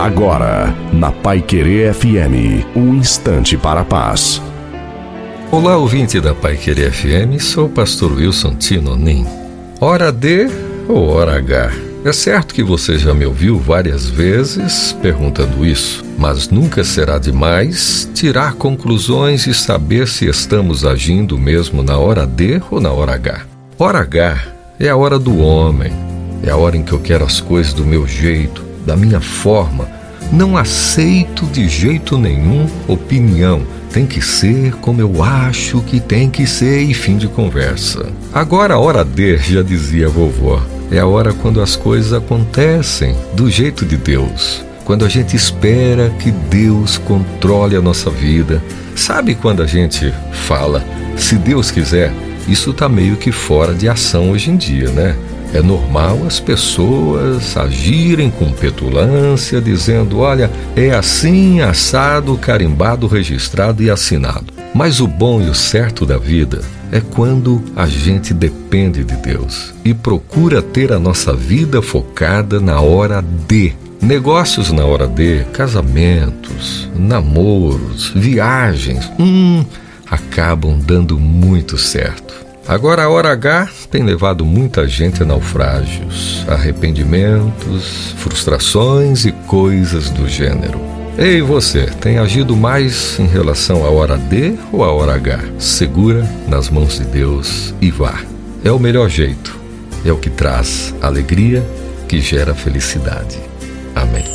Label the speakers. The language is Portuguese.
Speaker 1: Agora, na Paiquerê FM, um instante para a paz.
Speaker 2: Olá, ouvinte da Paiquerê FM, sou o pastor Wilson Tinonim. Hora D ou hora H? É certo que você já me ouviu várias vezes perguntando isso, mas nunca será demais tirar conclusões e saber se estamos agindo mesmo na hora D ou na hora H. Hora H é a hora do homem, é a hora em que eu quero as coisas do meu jeito, da minha forma. Não aceito de jeito nenhum opinião. Tem que ser como eu acho que tem que ser e fim de conversa. Agora a hora D, já dizia a vovó, é a hora quando as coisas acontecem do jeito de Deus. Quando a gente espera que Deus controle a nossa vida. Sabe quando a gente fala, se Deus quiser, isso está meio que fora de ação hoje em dia, né? É normal as pessoas agirem com petulância, dizendo, olha, é assim, assado, carimbado, registrado e assinado. Mas o bom e o certo da vida é quando a gente depende de Deus e procura ter a nossa vida focada na hora D. Negócios na hora D, casamentos, namoros, viagens, acabam dando muito certo. Agora a hora H tem levado muita gente a naufrágios, arrependimentos, frustrações e coisas do gênero. Ei, você, tem agido mais em relação à hora D ou à hora H? Segura nas mãos de Deus e vá. É o melhor jeito, é o que traz alegria, que gera felicidade. Amém.